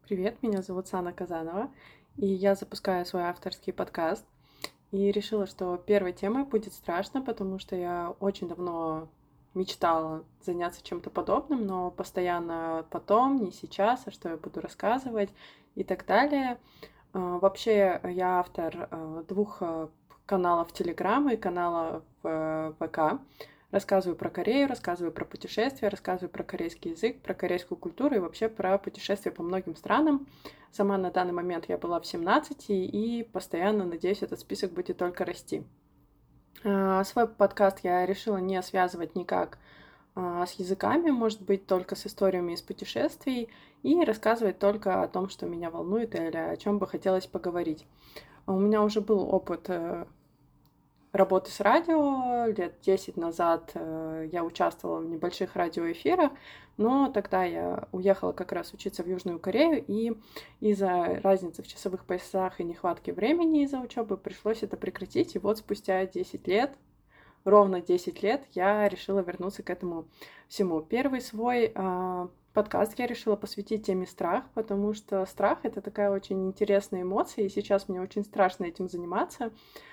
Привет, меня зовут Сана Казанова, и я запускаю свой авторский подкаст. И решила, что первой темой будет страшно, потому что я очень давно мечтала заняться чем-то подобным, но постоянно потом, не сейчас, а что я буду рассказывать и так далее. Вообще, я автор двух каналов Телеграма и канала в ВК. Рассказываю про Корею, рассказываю про путешествия, рассказываю про корейский язык, про корейскую культуру и вообще про путешествия по многим странам. Сама на данный момент я была в 17 и постоянно, надеюсь, этот список будет только расти. Свой подкаст я решила не связывать никак с языками, может быть, только с историями из путешествий и рассказывать только о том, что меня волнует или о чем бы хотелось поговорить. У меня уже был опыт работы с радио. Лет 10 назад я участвовала в небольших радиоэфирах, но тогда я уехала как раз учиться в Южную Корею, и из-за разницы в часовых поясах и нехватки времени из-за учебы пришлось это прекратить. И вот спустя 10 лет, ровно 10 лет, я решила вернуться к этому всему. Первый свой подкаст я решила посвятить теме страх, потому что страх — это такая очень интересная эмоция, и сейчас мне очень страшно этим заниматься.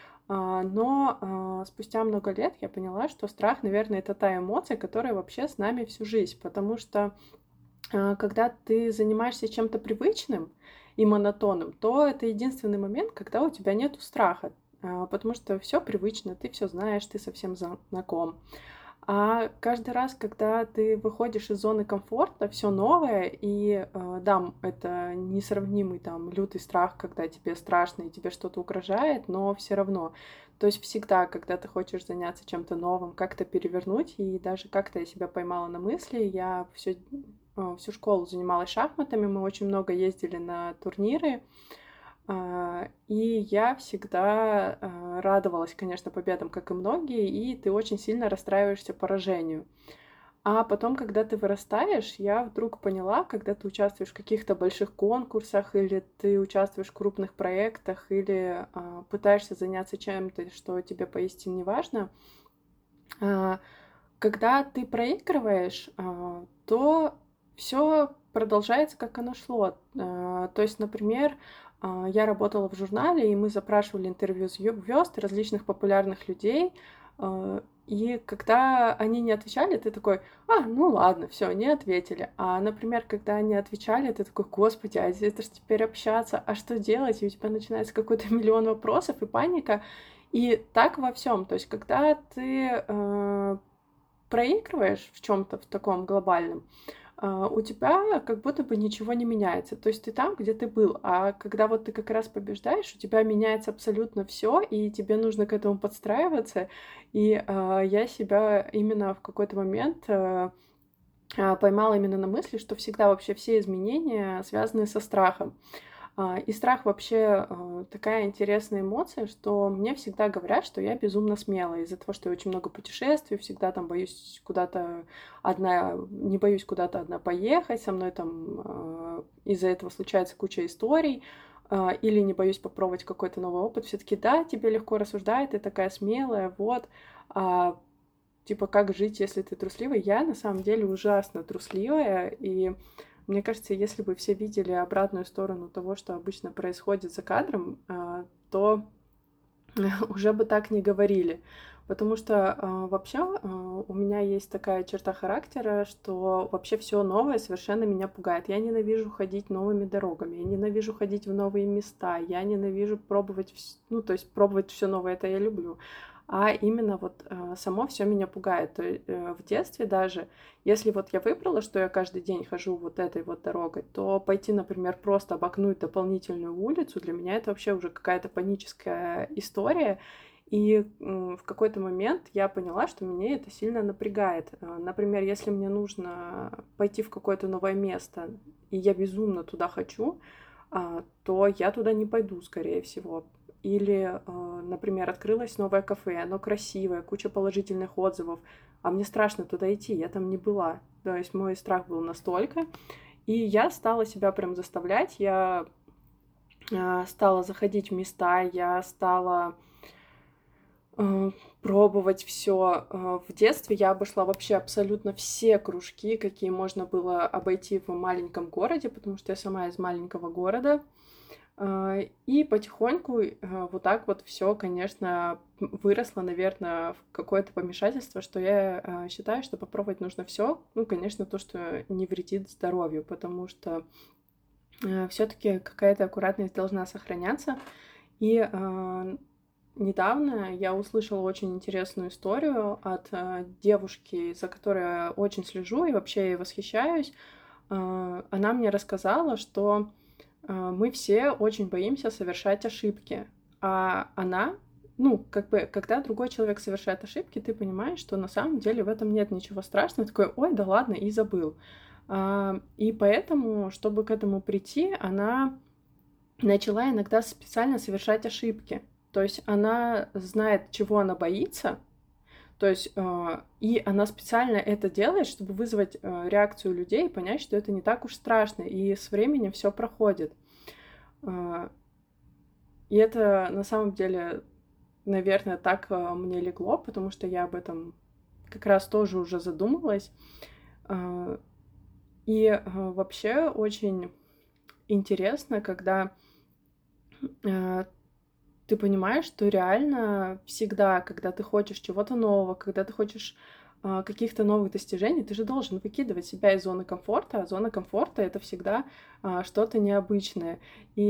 Но спустя много лет я поняла, что страх, наверное, это та эмоция, которая вообще с нами всю жизнь, потому что когда ты занимаешься чем-то привычным и монотонным, то это единственный момент, когда у тебя нет страха, потому что все привычно, ты все знаешь, ты совсем знаком. А каждый раз, когда ты выходишь из зоны комфорта, все новое, и да, это несравнимый там лютый страх, когда тебе страшно и тебе что-то угрожает, но все равно. То есть всегда, когда ты хочешь заняться чем-то новым, как-то перевернуть, и даже как-то я себя поймала на мысли, я всю школу занималась шахматами, мы очень много ездили на турниры, и я всегда радовалась, конечно, победам, как и многие, и ты очень сильно расстраиваешься поражению. А потом, когда ты вырастаешь, я вдруг поняла, когда ты участвуешь в каких-то больших конкурсах, или ты участвуешь в крупных проектах, или пытаешься заняться чем-то, что тебе поистине важно, а, когда ты проигрываешь, то все продолжается, как оно шло. То есть, например, я работала в журнале, и мы запрашивали интервью звезд, различных популярных людей. И когда они не отвечали, ты такой: ну ладно, все, не ответили. А, например, когда они отвечали, ты такой: господи, а это ж теперь общаться, а что делать? И у тебя начинается какой-то миллион вопросов и паника. И так во всем. То есть, когда ты проигрываешь в чем-то в таком глобальном, у тебя как будто бы ничего не меняется. То есть ты там, где ты был, а когда вот ты как раз побеждаешь, у тебя меняется абсолютно все, и тебе нужно к этому подстраиваться. И я себя именно в какой-то момент поймала именно на мысли, что всегда вообще все изменения связаны со страхом. И страх вообще такая интересная эмоция, что мне всегда говорят, что я безумно смелая из-за того, что я очень много путешествую, всегда там боюсь куда-то одна, не боюсь куда-то одна поехать, со мной там из-за этого случается куча историй, или не боюсь попробовать какой-то новый опыт. Все-таки да, тебе легко рассуждать, ты такая смелая, вот. А, типа, как жить, если ты трусливая? Я на самом деле ужасно трусливая, и мне кажется, если бы все видели обратную сторону того, что обычно происходит за кадром, то уже бы так не говорили. Потому что вообще у меня есть такая черта характера, что вообще все новое совершенно меня пугает. Я ненавижу ходить новыми дорогами, я ненавижу ходить в новые места, я ненавижу пробовать, ну, то есть пробовать все новое, это я люблю. А именно вот само все меня пугает. То есть, в детстве даже, если вот я выбрала, что я каждый день хожу вот этой вот дорогой, то пойти, например, просто обогнуть дополнительную улицу, для меня это вообще уже какая-то паническая история. И в какой-то момент я поняла, что меня это сильно напрягает. Например, если мне нужно пойти в какое-то новое место, и я безумно туда хочу, то я туда не пойду, скорее всего. Или, например, открылось новое кафе, оно красивое, куча положительных отзывов, а мне страшно туда идти, я там не была. То есть мой страх был настолько. И я стала себя прям заставлять, я стала заходить в места, я стала пробовать все. В детстве я обошла вообще абсолютно все кружки, какие можно было обойти в маленьком городе, потому что я сама из маленького города. И потихоньку вот так вот все, конечно, выросло, наверное, в какое-то помешательство, что я считаю, что попробовать нужно все. Ну, конечно, то, что не вредит здоровью, потому что все-таки какая-то аккуратность должна сохраняться. И недавно я услышала очень интересную историю от девушки, за которой я очень слежу и вообще ей восхищаюсь. Она мне рассказала, что мы все очень боимся совершать ошибки. А она, ну, как бы, когда другой человек совершает ошибки, ты понимаешь, что на самом деле в этом нет ничего страшного. Такой, ой, да ладно, и забыл. И поэтому, чтобы к этому прийти, она начала иногда специально совершать ошибки. То есть она знает, чего она боится, то есть и она специально это делает, чтобы вызвать реакцию людей и понять, что это не так уж страшно, и с временем все проходит. Э, и это на самом деле, наверное, так мне легло, потому что я об этом как раз тоже уже задумалась. Э, и вообще очень интересно, когда ты понимаешь, что реально всегда, когда ты хочешь чего-то нового, когда ты хочешь каких-то новых достижений, ты же должен выкидывать себя из зоны комфорта, а зона комфорта — это всегда что-то необычное. И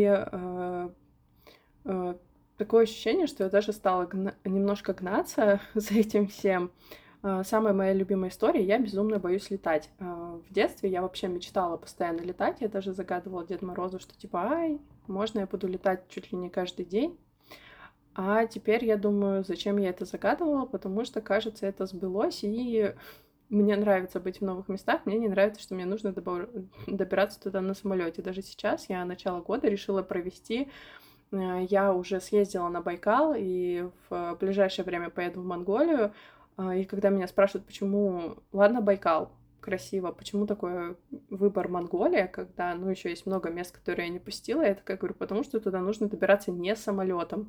такое ощущение, что я даже стала немножко гнаться за этим всем. Самая моя любимая история — я безумно боюсь летать. В детстве я вообще мечтала постоянно летать, я даже загадывала Деду Морозу, что типа, ай, можно я буду летать чуть ли не каждый день. А теперь я думаю, зачем я это загадывала, потому что, кажется, это сбылось, и мне нравится быть в новых местах, мне не нравится, что мне нужно добираться туда на самолете. Даже сейчас я начало года решила провести. Я уже съездила на Байкал, и в ближайшее время поеду в Монголию. И когда меня спрашивают, почему, ладно, Байкал, красиво, почему такой выбор Монголия, когда, ну, еще есть много мест, которые я не посетила, я такая говорю, потому что туда нужно добираться не самолетом.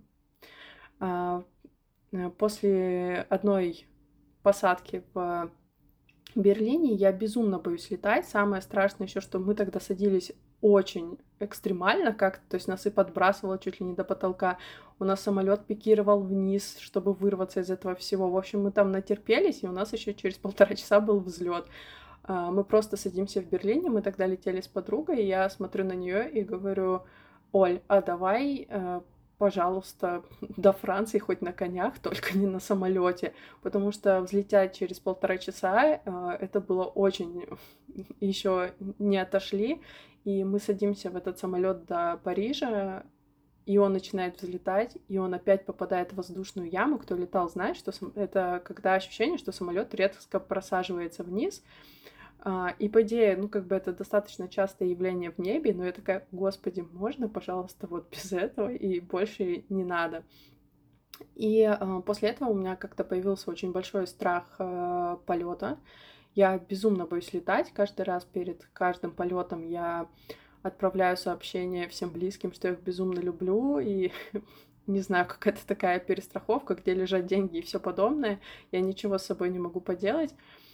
После одной посадки в Берлине я безумно боюсь летать. Самое страшное еще, что мы тогда садились очень экстремально как-то, то есть нас и подбрасывало чуть ли не до потолка. У нас самолет пикировал вниз, чтобы вырваться из этого всего. В общем, мы там натерпелись, и у нас еще через 1,5 часа был взлет. Мы просто садимся в Берлине, мы тогда летели с подругой, и я смотрю на нее и говорю: Оль, а давай, пожалуйста, до Франции хоть на конях, только не на самолете, потому что взлетать через 1,5 часа это было очень еще не отошли, и мы садимся в этот самолет до Парижа, и он начинает взлетать, и он опять попадает в воздушную яму. Кто летал, знает, что это когда ощущение, что самолет резко просаживается вниз. И по идее, ну, как бы это достаточно частое явление в небе, но я такая, господи, можно, пожалуйста, вот без этого, и больше не надо. И после этого у меня как-то появился очень большой страх полета. Я безумно боюсь летать. Каждый раз перед каждым полетом я отправляю сообщение всем близким, что я их безумно люблю, и не знаю, какая-то такая перестраховка, где лежат деньги и все подобное. Я ничего с собой не могу поделать.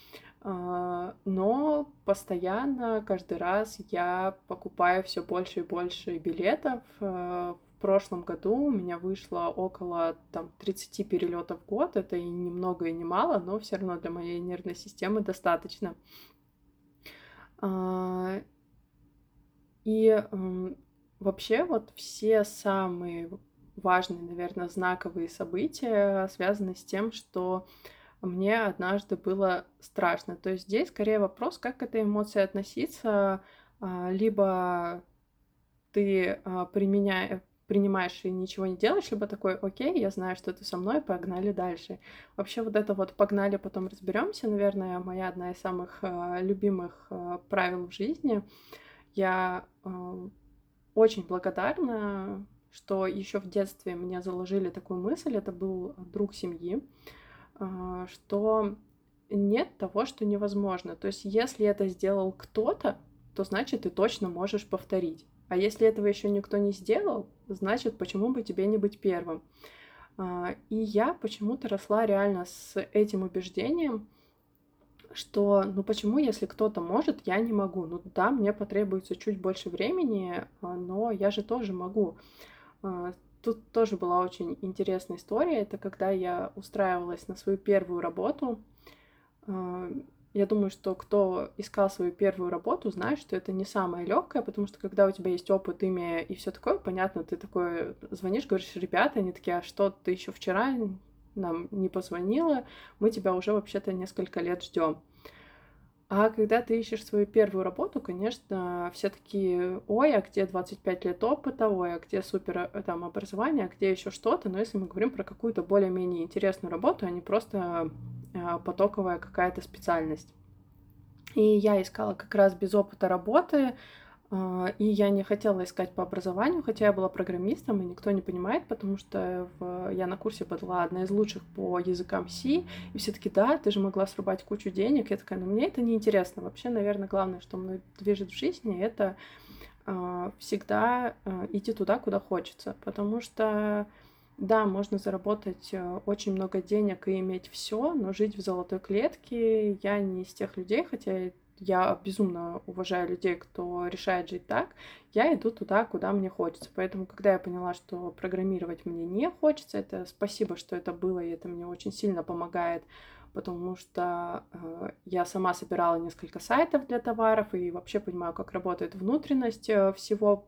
Но постоянно, каждый раз я покупаю все больше и больше билетов. В прошлом году у меня вышло около 30 перелетов в год. Это и ни много, и ни мало, но все равно для моей нервной системы достаточно. И вообще вот все самые важные, наверное, знаковые события связаны с тем, что мне однажды было страшно. То есть здесь скорее вопрос, как к этой эмоции относиться. Либо ты принимаешь и ничего не делаешь, либо такой, окей, я знаю, что ты со мной, погнали дальше. Вообще вот это вот «погнали, потом разберемся», наверное, моя одна из самых любимых правил в жизни. Я очень благодарна, что еще в детстве мне заложили такую мысль, это был друг семьи, что нет того, что невозможно. То есть если это сделал кто-то, то значит ты точно можешь повторить. А если этого еще никто не сделал, значит, почему бы тебе не быть первым? И я почему-то росла реально с этим убеждением, что ну почему, если кто-то может, я не могу? Ну да, мне потребуется чуть больше времени, но я же тоже могу. А, Тут тоже была очень интересная история. Это когда я устраивалась на свою первую работу. А, Я думаю, что кто искал свою первую работу, знает, что это не самое легкое, потому что когда у тебя есть опыт, имя и все такое, понятно, ты такой звонишь, говоришь, ребята, они такие, а что ты еще вчера нам не позвонила, мы тебя уже вообще-то несколько лет ждем. А когда ты ищешь свою первую работу, конечно, все такие, ой, а где 25 лет опыта, ой, а где супер там образование, а где еще что-то. Но если мы говорим про какую-то более-менее интересную работу, а не просто потоковая какая-то специальность. И я искала как раз без опыта работы, и я не хотела искать по образованию, хотя я была программистом, и никто не понимает, потому что я на курсе была одна из лучших по языкам C, и все таки да, ты же могла срубать кучу денег. Я такая, ну мне это не интересно. Вообще, наверное, главное, что мной движет в жизни, это всегда идти туда, куда хочется, потому что да, можно заработать очень много денег и иметь все, но жить в золотой клетке я не из тех людей, хотя я безумно уважаю людей, кто решает жить так. Я иду туда, куда мне хочется. Поэтому, когда я поняла, что программировать мне не хочется, это спасибо, что это было, и это мне очень сильно помогает, потому что я сама собирала несколько сайтов для товаров и вообще понимаю, как работает внутренность всего.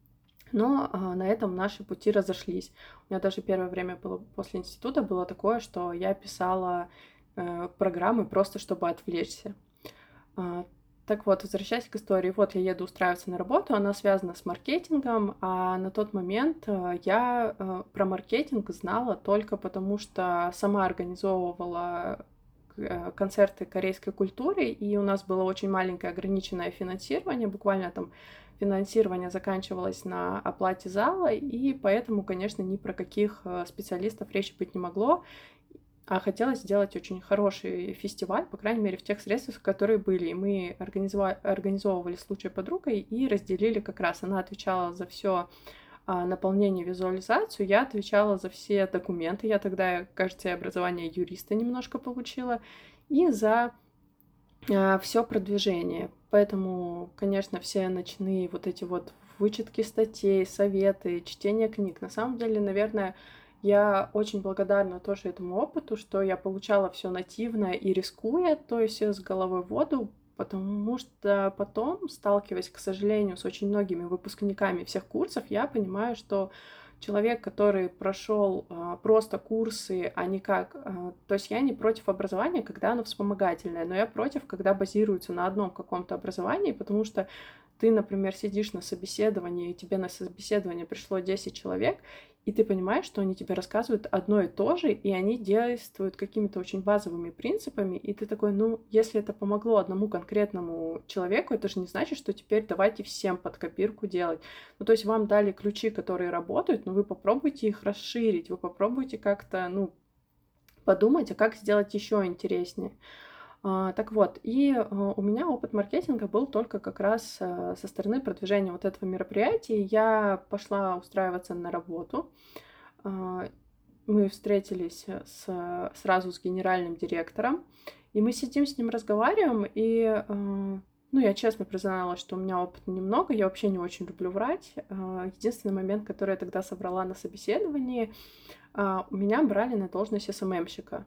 Но на этом наши пути разошлись. У меня даже первое время было после института было такое, что я писала программы просто чтобы отвлечься. А, Так вот, возвращаясь к истории, вот я еду устраиваться на работу, она связана с маркетингом, а на тот момент я про маркетинг знала только потому, что сама организовывала концерты корейской культуры, и у нас было очень маленькое ограниченное финансирование, буквально там финансирование заканчивалось на оплате зала, и поэтому, конечно, ни про каких специалистов речи быть не могло. А хотелось сделать очень хороший фестиваль, по крайней мере, в тех средствах, которые были. И мы организовывали с лучшей подругой и разделили как раз. Она отвечала за все наполнение, визуализацию, я отвечала за все документы. Я тогда, кажется, и образование юриста немножко получила. И за все продвижение. Поэтому, конечно, все ночные вот эти вот вычетки статей, советы, чтение книг. На самом деле, наверное, я очень благодарна тоже этому опыту, что я получала все нативно и рискуя, то есть с головой в воду, потому что потом, сталкиваясь, к сожалению, с очень многими выпускниками всех курсов, я понимаю, что человек, который прошел просто курсы, а не как... то есть я не против образования, когда оно вспомогательное, но я против, когда базируется на одном каком-то образовании, потому что ты, например, сидишь на собеседовании, и тебе на собеседование пришло 10 человек, и ты понимаешь, что они тебе рассказывают одно и то же, и они действуют какими-то очень базовыми принципами, и ты такой, ну, если это помогло одному конкретному человеку, это же не значит, что теперь давайте всем под копирку делать. Ну, то есть вам дали ключи, которые работают, но вы попробуйте их расширить, вы попробуйте как-то, ну, подумать, а как сделать еще интереснее. Так вот, и у меня опыт маркетинга был только как раз со стороны продвижения вот этого мероприятия. Я пошла устраиваться на работу. Мы встретились сразу с генеральным директором, и мы сидим с ним разговариваем, и ну, я честно призналась, что у меня опыта немного, я вообще не очень люблю врать. Единственный момент, который я тогда собрала на собеседовании, меня брали на должность СММщика.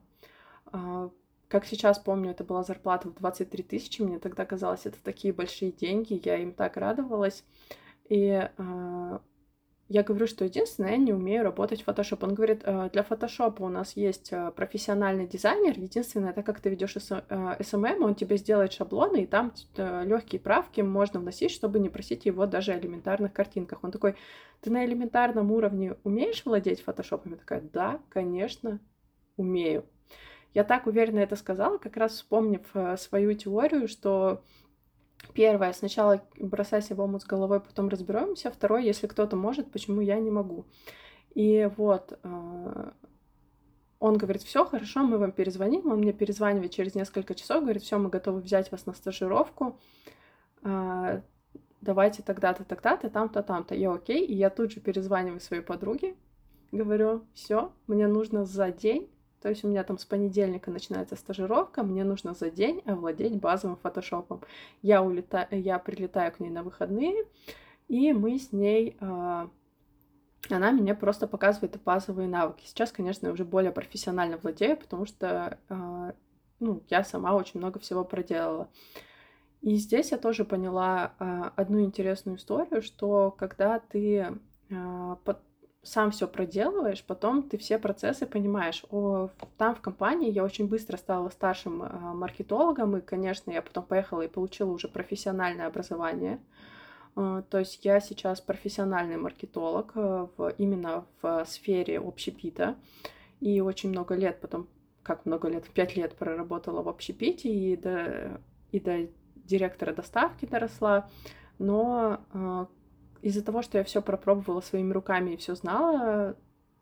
Как сейчас помню, это была зарплата в 23 тысячи, мне тогда казалось, это такие большие деньги, я им так радовалась. И я говорю, что единственное, я не умею работать в Photoshop. Он говорит, для Photoshop у нас есть профессиональный дизайнер, единственное, так как ты ведешь SMM, он тебе сделает шаблоны, и там легкие правки можно вносить, чтобы не просить его даже о элементарных картинках. Он такой, ты на элементарном уровне умеешь владеть Photoshop? Я такая, да, конечно, умею. Я так уверенно это сказала, как раз вспомнив свою теорию, что первое, сначала бросайся в омут с головой, потом разберемся. Второе, если кто-то может, почему я не могу. И вот он говорит, все хорошо, мы вам перезвоним. Он мне перезванивает через несколько часов, говорит, все, мы готовы взять вас на стажировку. Давайте тогда-то, тогда-то, там-то, там-то. Я окей. И я тут же перезваниваю своей подруге, говорю, все, мне нужно за день, то есть у меня там с понедельника начинается стажировка, мне нужно за день овладеть базовым фотошопом. Я прилетаю к ней на выходные, и мы с ней, она мне просто показывает базовые навыки. Сейчас, конечно, я уже более профессионально владею, потому что, я сама очень много всего проделала. И здесь я тоже поняла одну интересную историю, что когда ты сам все проделываешь, потом ты все процессы понимаешь. Там в компании я очень быстро стала старшим маркетологом, и, конечно, я потом поехала и получила уже профессиональное образование. То есть я сейчас профессиональный маркетолог именно в сфере общепита, и очень много лет потом, как много лет, 5 лет проработала в общепите, и до директора доставки доросла, но из-за того, что я все пропробовала своими руками и все знала,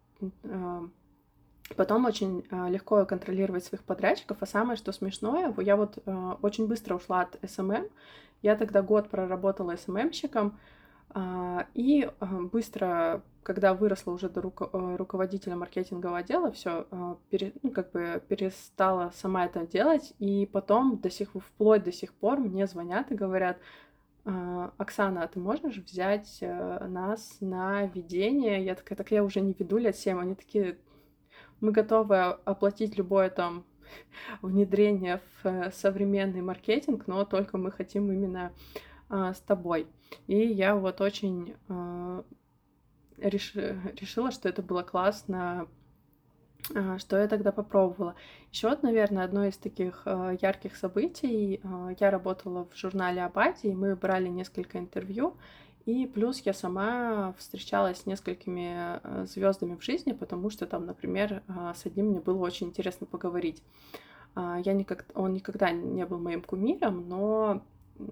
потом очень легко контролировать своих подрядчиков. А самое, что смешное, я вот очень быстро ушла от СММ. Я тогда год проработала СММщиком, и быстро, когда выросла уже до руководителя маркетингового отдела, все перестала сама это делать. И потом вплоть до сих пор мне звонят и говорят: Оксана, а ты можешь взять нас на ведение? Я такая: так я уже не веду лет 7. Они такие: мы готовы оплатить любое там внедрение в современный маркетинг, но только мы хотим именно с тобой. И я вот очень решила, что это было классно, что я тогда попробовала. Еще вот, наверное, одно из таких ярких событий. Я работала в журнале Абади, и мы брали несколько интервью. И плюс я сама встречалась с несколькими звездами в жизни, потому что там, например, с одним мне было очень интересно поговорить. Он никогда не был моим кумиром, но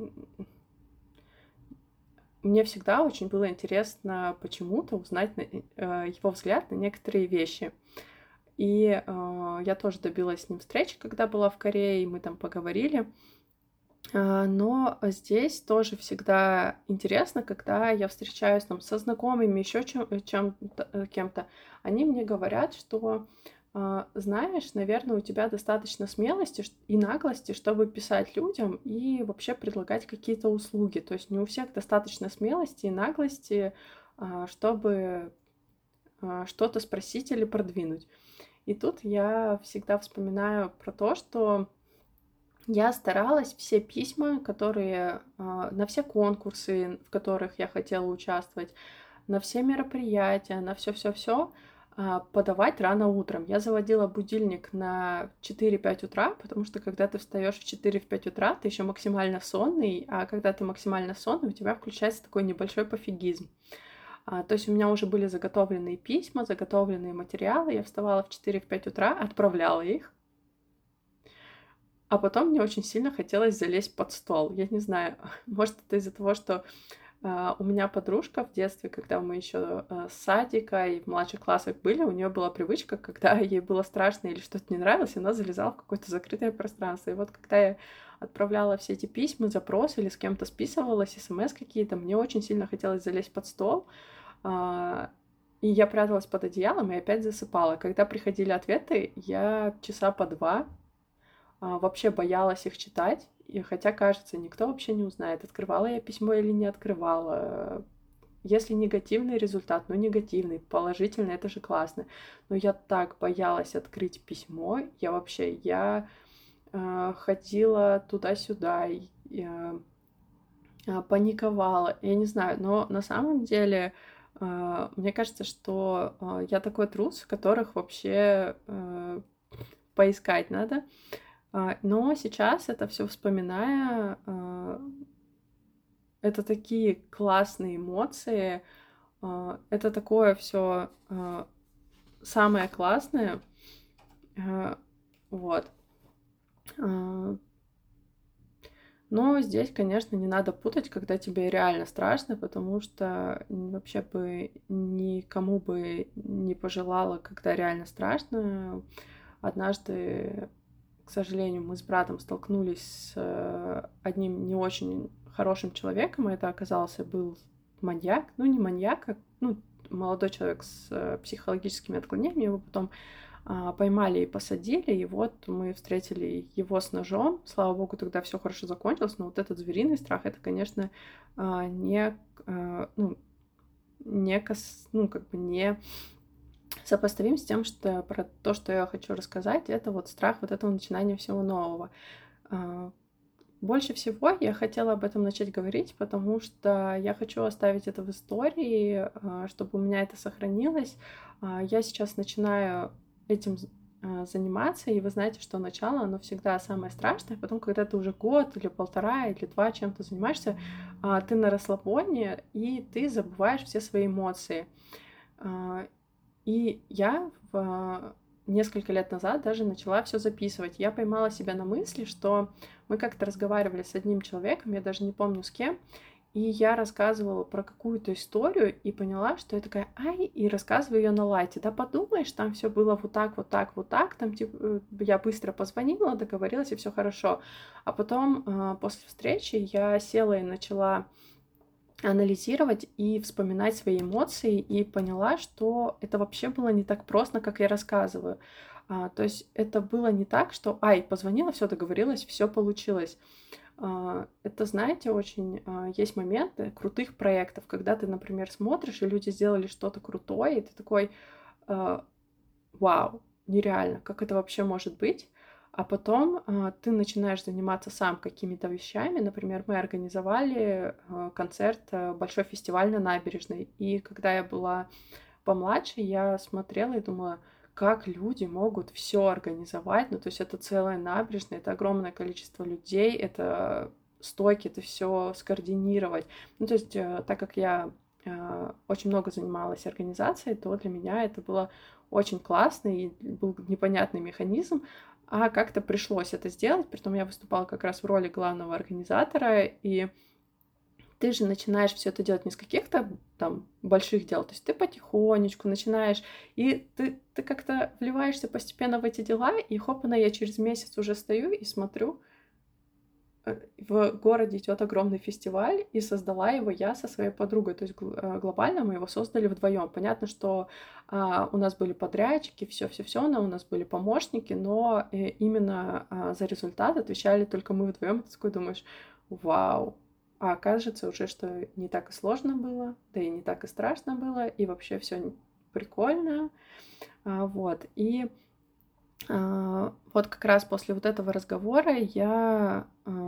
мне всегда очень было интересно почему-то узнать его взгляд на некоторые вещи. И я тоже добилась с ним встречи, когда была в Корее, и мы там поговорили. Но здесь тоже всегда интересно, когда я встречаюсь там со знакомыми, еще кем-то, они мне говорят, что, знаешь, наверное, у тебя достаточно смелости и наглости, чтобы писать людям и вообще предлагать какие-то услуги. То есть не у всех достаточно смелости и наглости, чтобы что-то спросить или продвинуть. И тут я всегда вспоминаю про то, что я старалась все письма, которые на все конкурсы, в которых я хотела участвовать, на все мероприятия, на все-все-все подавать рано утром. Я заводила будильник на 4-5 утра, потому что когда ты встаешь в 4-5 утра, ты еще максимально сонный, а когда ты максимально сонный, у тебя включается такой небольшой пофигизм. То есть у меня уже были заготовленные письма, заготовленные материалы. Я вставала в 4-5 утра, отправляла их. А потом мне очень сильно хотелось залезть под стол. Я не знаю, может, это из-за того, что у меня подружка в детстве, когда мы еще с садика и в младших классах были, у нее была привычка, когда ей было страшно или что-то не нравилось, она залезала в какое-то закрытое пространство. И вот когда я отправляла все эти письма, запросы или с кем-то списывалась, смс какие-то, мне очень сильно хотелось залезть под стол. И я пряталась под одеялом и опять засыпала. Когда приходили ответы, я часа по 2 вообще боялась их читать, и хотя, кажется, никто вообще не узнает, открывала я письмо или не открывала. Если негативный результат, ну негативный, положительный, это же классно. Но я так боялась открыть письмо, я ходила туда-сюда, паниковала, я не знаю, но на самом деле мне кажется, что я такой трус, которых вообще поискать надо. Но сейчас это все вспоминая, это такие классные эмоции, это такое все самое классное. Вот. Но здесь, конечно, не надо путать, когда тебе реально страшно, потому что вообще бы никому бы не пожелала, когда реально страшно. Однажды, к сожалению, мы с братом столкнулись с одним не очень хорошим человеком, и это был маньяк, ну не маньяк, молодой человек с психологическими отклонениями, его потом поймали и посадили, и вот мы встретили его с ножом. Слава богу, тогда все хорошо закончилось, но вот этот звериный страх, это, конечно, не, ну, не сопоставим с тем, что про то, что я хочу рассказать, это вот страх вот этого начинания всего нового. Больше всего я хотела об этом начать говорить, потому что я хочу оставить это в истории, чтобы у меня это сохранилось. Я сейчас начинаю этим заниматься, и вы знаете, что начало, оно всегда самое страшное. Потом, когда ты уже год или полтора или два чем-то занимаешься, ты на расслабоне, и ты забываешь все свои эмоции. И я несколько лет назад даже начала все записывать. Я поймала себя на мысли, что мы как-то разговаривали с одним человеком, я даже не помню с кем, и я рассказывала про какую-то историю и поняла, что я такая, и рассказываю ее на лайте. Да подумаешь, там все было вот так, вот так, вот так, там типа я быстро позвонила, договорилась, и все хорошо. А потом после встречи я села и начала анализировать и вспоминать свои эмоции, и поняла, что это вообще было не так просто, как я рассказываю. То есть это было не так, что позвонила, все договорилась, все получилось. Это, знаете, очень есть моменты крутых проектов, когда ты, например, смотришь, и люди сделали что-то крутое, и ты такой, вау, нереально, как это вообще может быть? А потом ты начинаешь заниматься сам какими-то вещами. Например, мы организовали концерт, большой фестиваль на набережной. И когда я была помладше, я смотрела и думала, как люди могут все организовать. Ну, то есть это целая набережная, это огромное количество людей, это стойки, это все скоординировать. Ну, то есть, так как я очень много занималась организацией, то для меня это было очень классно, и был непонятный механизм, а как-то пришлось это сделать. Притом я выступала как раз в роли главного организатора, и ты же начинаешь все это делать не с каких-то там больших дел, то есть ты потихонечку начинаешь, и ты как-то вливаешься постепенно в эти дела, и хопана, я через месяц уже стою и смотрю, в городе идет огромный фестиваль, и создала его я со своей подругой. То есть глобально мы его создали вдвоем. Понятно, что у нас были подрядчики, все, но у нас были помощники, но именно за результат отвечали только мы вдвоем. Ты такой думаешь, вау. А окажется уже, что не так и сложно было, да и не так и страшно было, и вообще все прикольно. Вот. И вот как раз после вот этого разговора я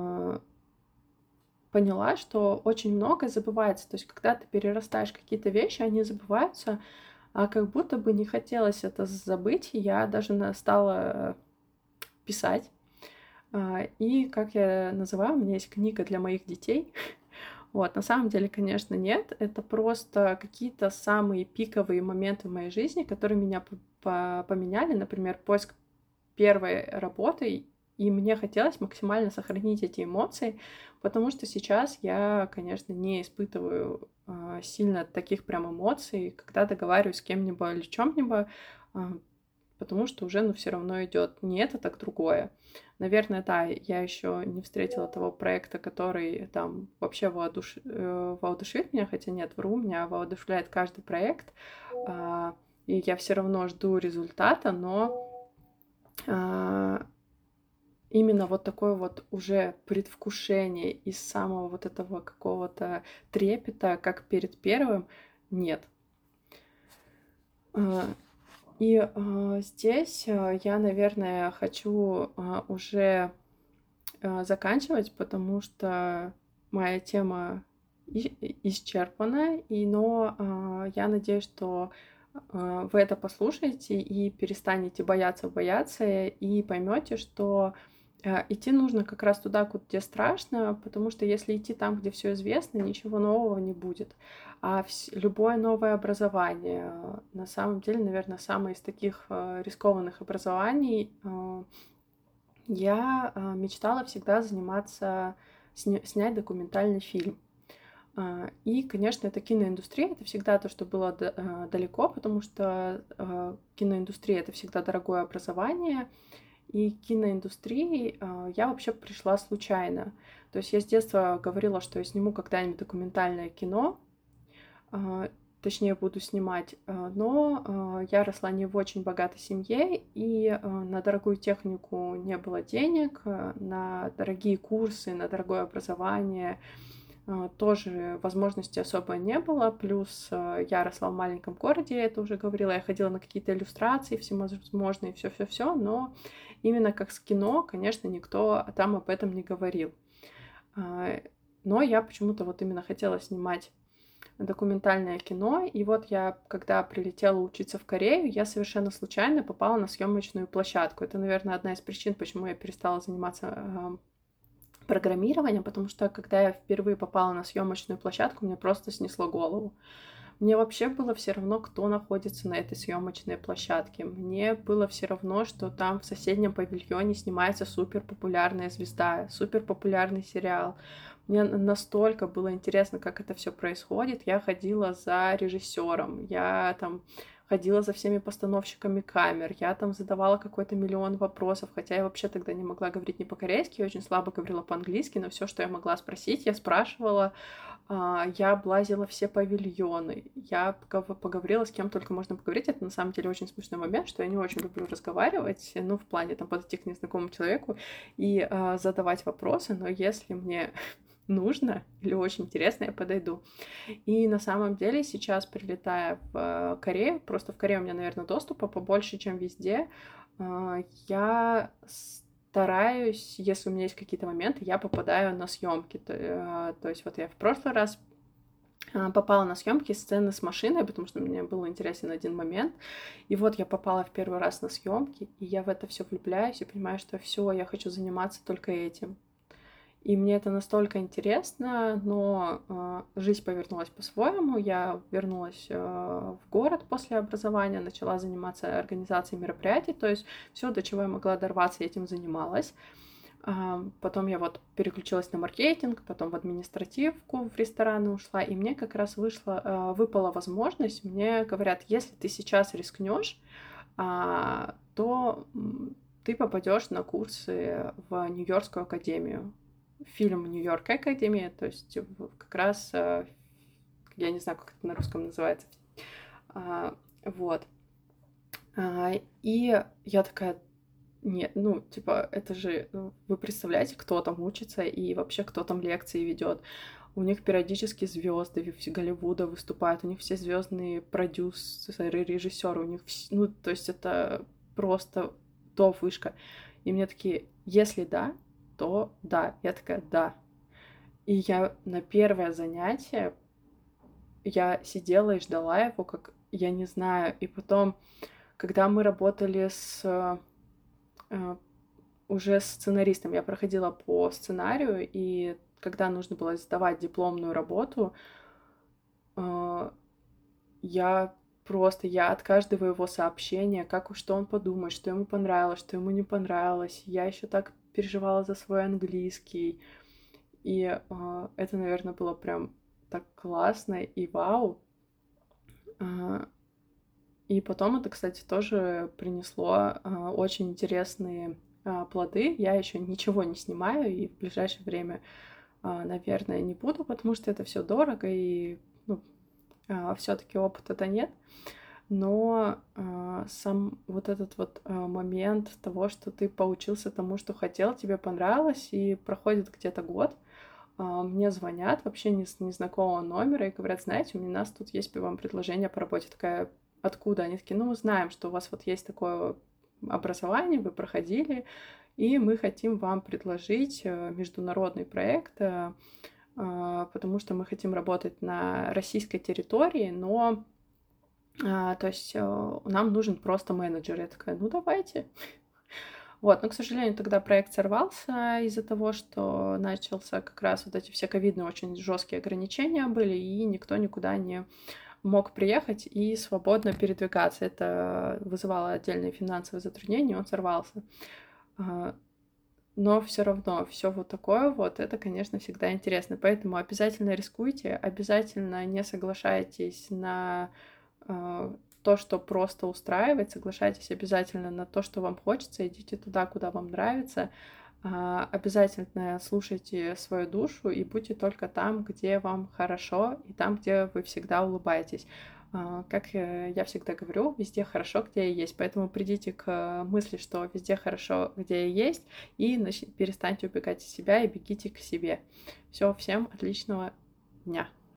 поняла, что очень многое забывается. То есть, когда ты перерастаешь какие-то вещи, они забываются, а как будто бы не хотелось это забыть. И я даже стала писать. И, как я называю, у меня есть книга для моих детей. Вот, на самом деле, конечно, нет. Это просто какие-то самые пиковые моменты в моей жизни, которые меня поменяли. Например, поиск первой работой, и мне хотелось максимально сохранить эти эмоции, потому что сейчас я, конечно, не испытываю сильно таких прям эмоций, когда договариваюсь с кем-нибудь или чем-нибудь, потому что уже, все равно идет не это, так другое. Наверное, да, я еще не встретила того проекта, который там вообще воодушевит меня, хотя нет, вру, меня воодушевляет каждый проект, и я все равно жду результата, но именно вот такое вот уже предвкушение из самого вот этого какого-то трепета, как перед первым, нет. И здесь я, наверное, хочу уже заканчивать, потому что моя тема исчерпана, но я надеюсь, что вы это послушаете и перестанете бояться и поймете, что идти нужно как раз туда, где страшно, потому что если идти там, где все известно, ничего нового не будет. А любое новое образование, на самом деле, наверное, самое из таких рискованных образований, я мечтала всегда заниматься, снять документальный фильм. И, конечно, это киноиндустрия, это всегда то, что было далеко, потому что киноиндустрия — это всегда дорогое образование, и к киноиндустрии я вообще пришла случайно. То есть я с детства говорила, что я сниму когда-нибудь документальное кино, точнее, буду снимать, но я росла не в очень богатой семье, и на дорогую технику не было денег, на дорогие курсы, на дорогое образование тоже возможности особо не было. Плюс я росла в маленьком городе, я это уже говорила, я ходила на какие-то иллюстрации всевозможные, все-все-все, но именно как с кино, конечно, никто там об этом не говорил. Но я почему-то вот именно хотела снимать документальное кино. И вот я, когда прилетела учиться в Корею, я совершенно случайно попала на съемочную площадку. Это, наверное, одна из причин, почему я перестала заниматься программированием, потому что когда я впервые попала на съемочную площадку, мне просто снесло голову. Мне вообще было все равно, кто находится на этой съемочной площадке. Мне было все равно, что там в соседнем павильоне снимается супер популярная звезда, супер популярный сериал. Мне настолько было интересно, как это все происходит. Я ходила за режиссером, я там ходила за всеми постановщиками камер, я там задавала какой-то миллион вопросов, хотя я вообще тогда не могла говорить ни по-корейски, я очень слабо говорила по-английски, но все, что я могла спросить, я спрашивала. Я облазила все павильоны, я поговорила с кем только можно поговорить. Это на самом деле очень смешной момент, что я не очень люблю разговаривать, ну, в плане там подойти к незнакомому человеку и задавать вопросы, но если мне нужно или очень интересно, я подойду. И на самом деле сейчас, прилетая в Корею, просто в Корее у меня, наверное, доступа побольше, чем везде, я стараюсь, если у меня есть какие-то моменты, я попадаю на съемки. То есть вот я в прошлый раз попала на съемки сцены с машиной, потому что мне был интересен один момент. И вот я попала в первый раз на съемки, и я в это все влюбляюсь и понимаю, что все, я хочу заниматься только этим. И мне это настолько интересно, но жизнь повернулась по-своему. Я вернулась в город после образования, начала заниматься организацией мероприятий, то есть все, до чего я могла дорваться, я этим занималась. Потом я вот переключилась на маркетинг, потом в административку, в рестораны ушла, и мне как раз выпала возможность. Мне говорят, если ты сейчас рискнешь, то ты попадешь на курсы в Нью-Йоркскую академию. Фильм «Нью-Йорк Академия», то есть как раз, я не знаю, как это на русском называется, вот. И я такая, нет, ну, типа, это же, вы представляете, кто там учится и вообще кто там лекции ведет. У них периодически звезды Голливуда выступают, у них все звездные продюсеры, режиссеры, у них, ну, то есть это просто топ-вышка. И мне такие, если да, то да. Я такая, да. И я на первое занятие, я сидела и ждала его, как, я не знаю. И потом, когда мы работали уже с сценаристом, я проходила по сценарию, и когда нужно было сдавать дипломную работу, я от каждого его сообщения, что он подумает, что ему понравилось, что ему не понравилось. Я еще так переживала за свой английский. И это, наверное, было прям так классно и вау. И потом это, кстати, тоже принесло очень интересные плоды. Я еще ничего не снимаю и в ближайшее время, наверное, не буду, потому что это все дорого и все-таки опыта-то нет. Но сам вот этот вот момент того, что ты поучился тому, что хотел, тебе понравилось, и проходит где-то год, мне звонят вообще не с незнакомого номера и говорят, знаете, у нас тут есть вам предложение по работе. Такая, откуда? Они такие, ну, мы знаем, что у вас вот есть такое образование, вы проходили, и мы хотим вам предложить международный проект, потому что мы хотим работать на российской территории, но, то есть, нам нужен просто менеджер. Я такая, ну, давайте. Вот, но, к сожалению, тогда проект сорвался из-за того, что начался как раз вот эти все ковидные очень жесткие ограничения были, и никто никуда не мог приехать и свободно передвигаться. Это вызывало отдельные финансовые затруднения, он сорвался. Но все равно, все вот такое вот, это, конечно, всегда интересно. Поэтому обязательно рискуйте, обязательно не соглашайтесь на то, что просто устраивает, соглашайтесь обязательно на то, что вам хочется, идите туда, куда вам нравится. Обязательно слушайте свою душу и будьте только там, где вам хорошо, и там, где вы всегда улыбаетесь. Как я всегда говорю, везде хорошо, где я есть. Поэтому придите к мысли, что везде хорошо, где я есть, и перестаньте убегать от себя и бегите к себе. Все, всем отличного дня.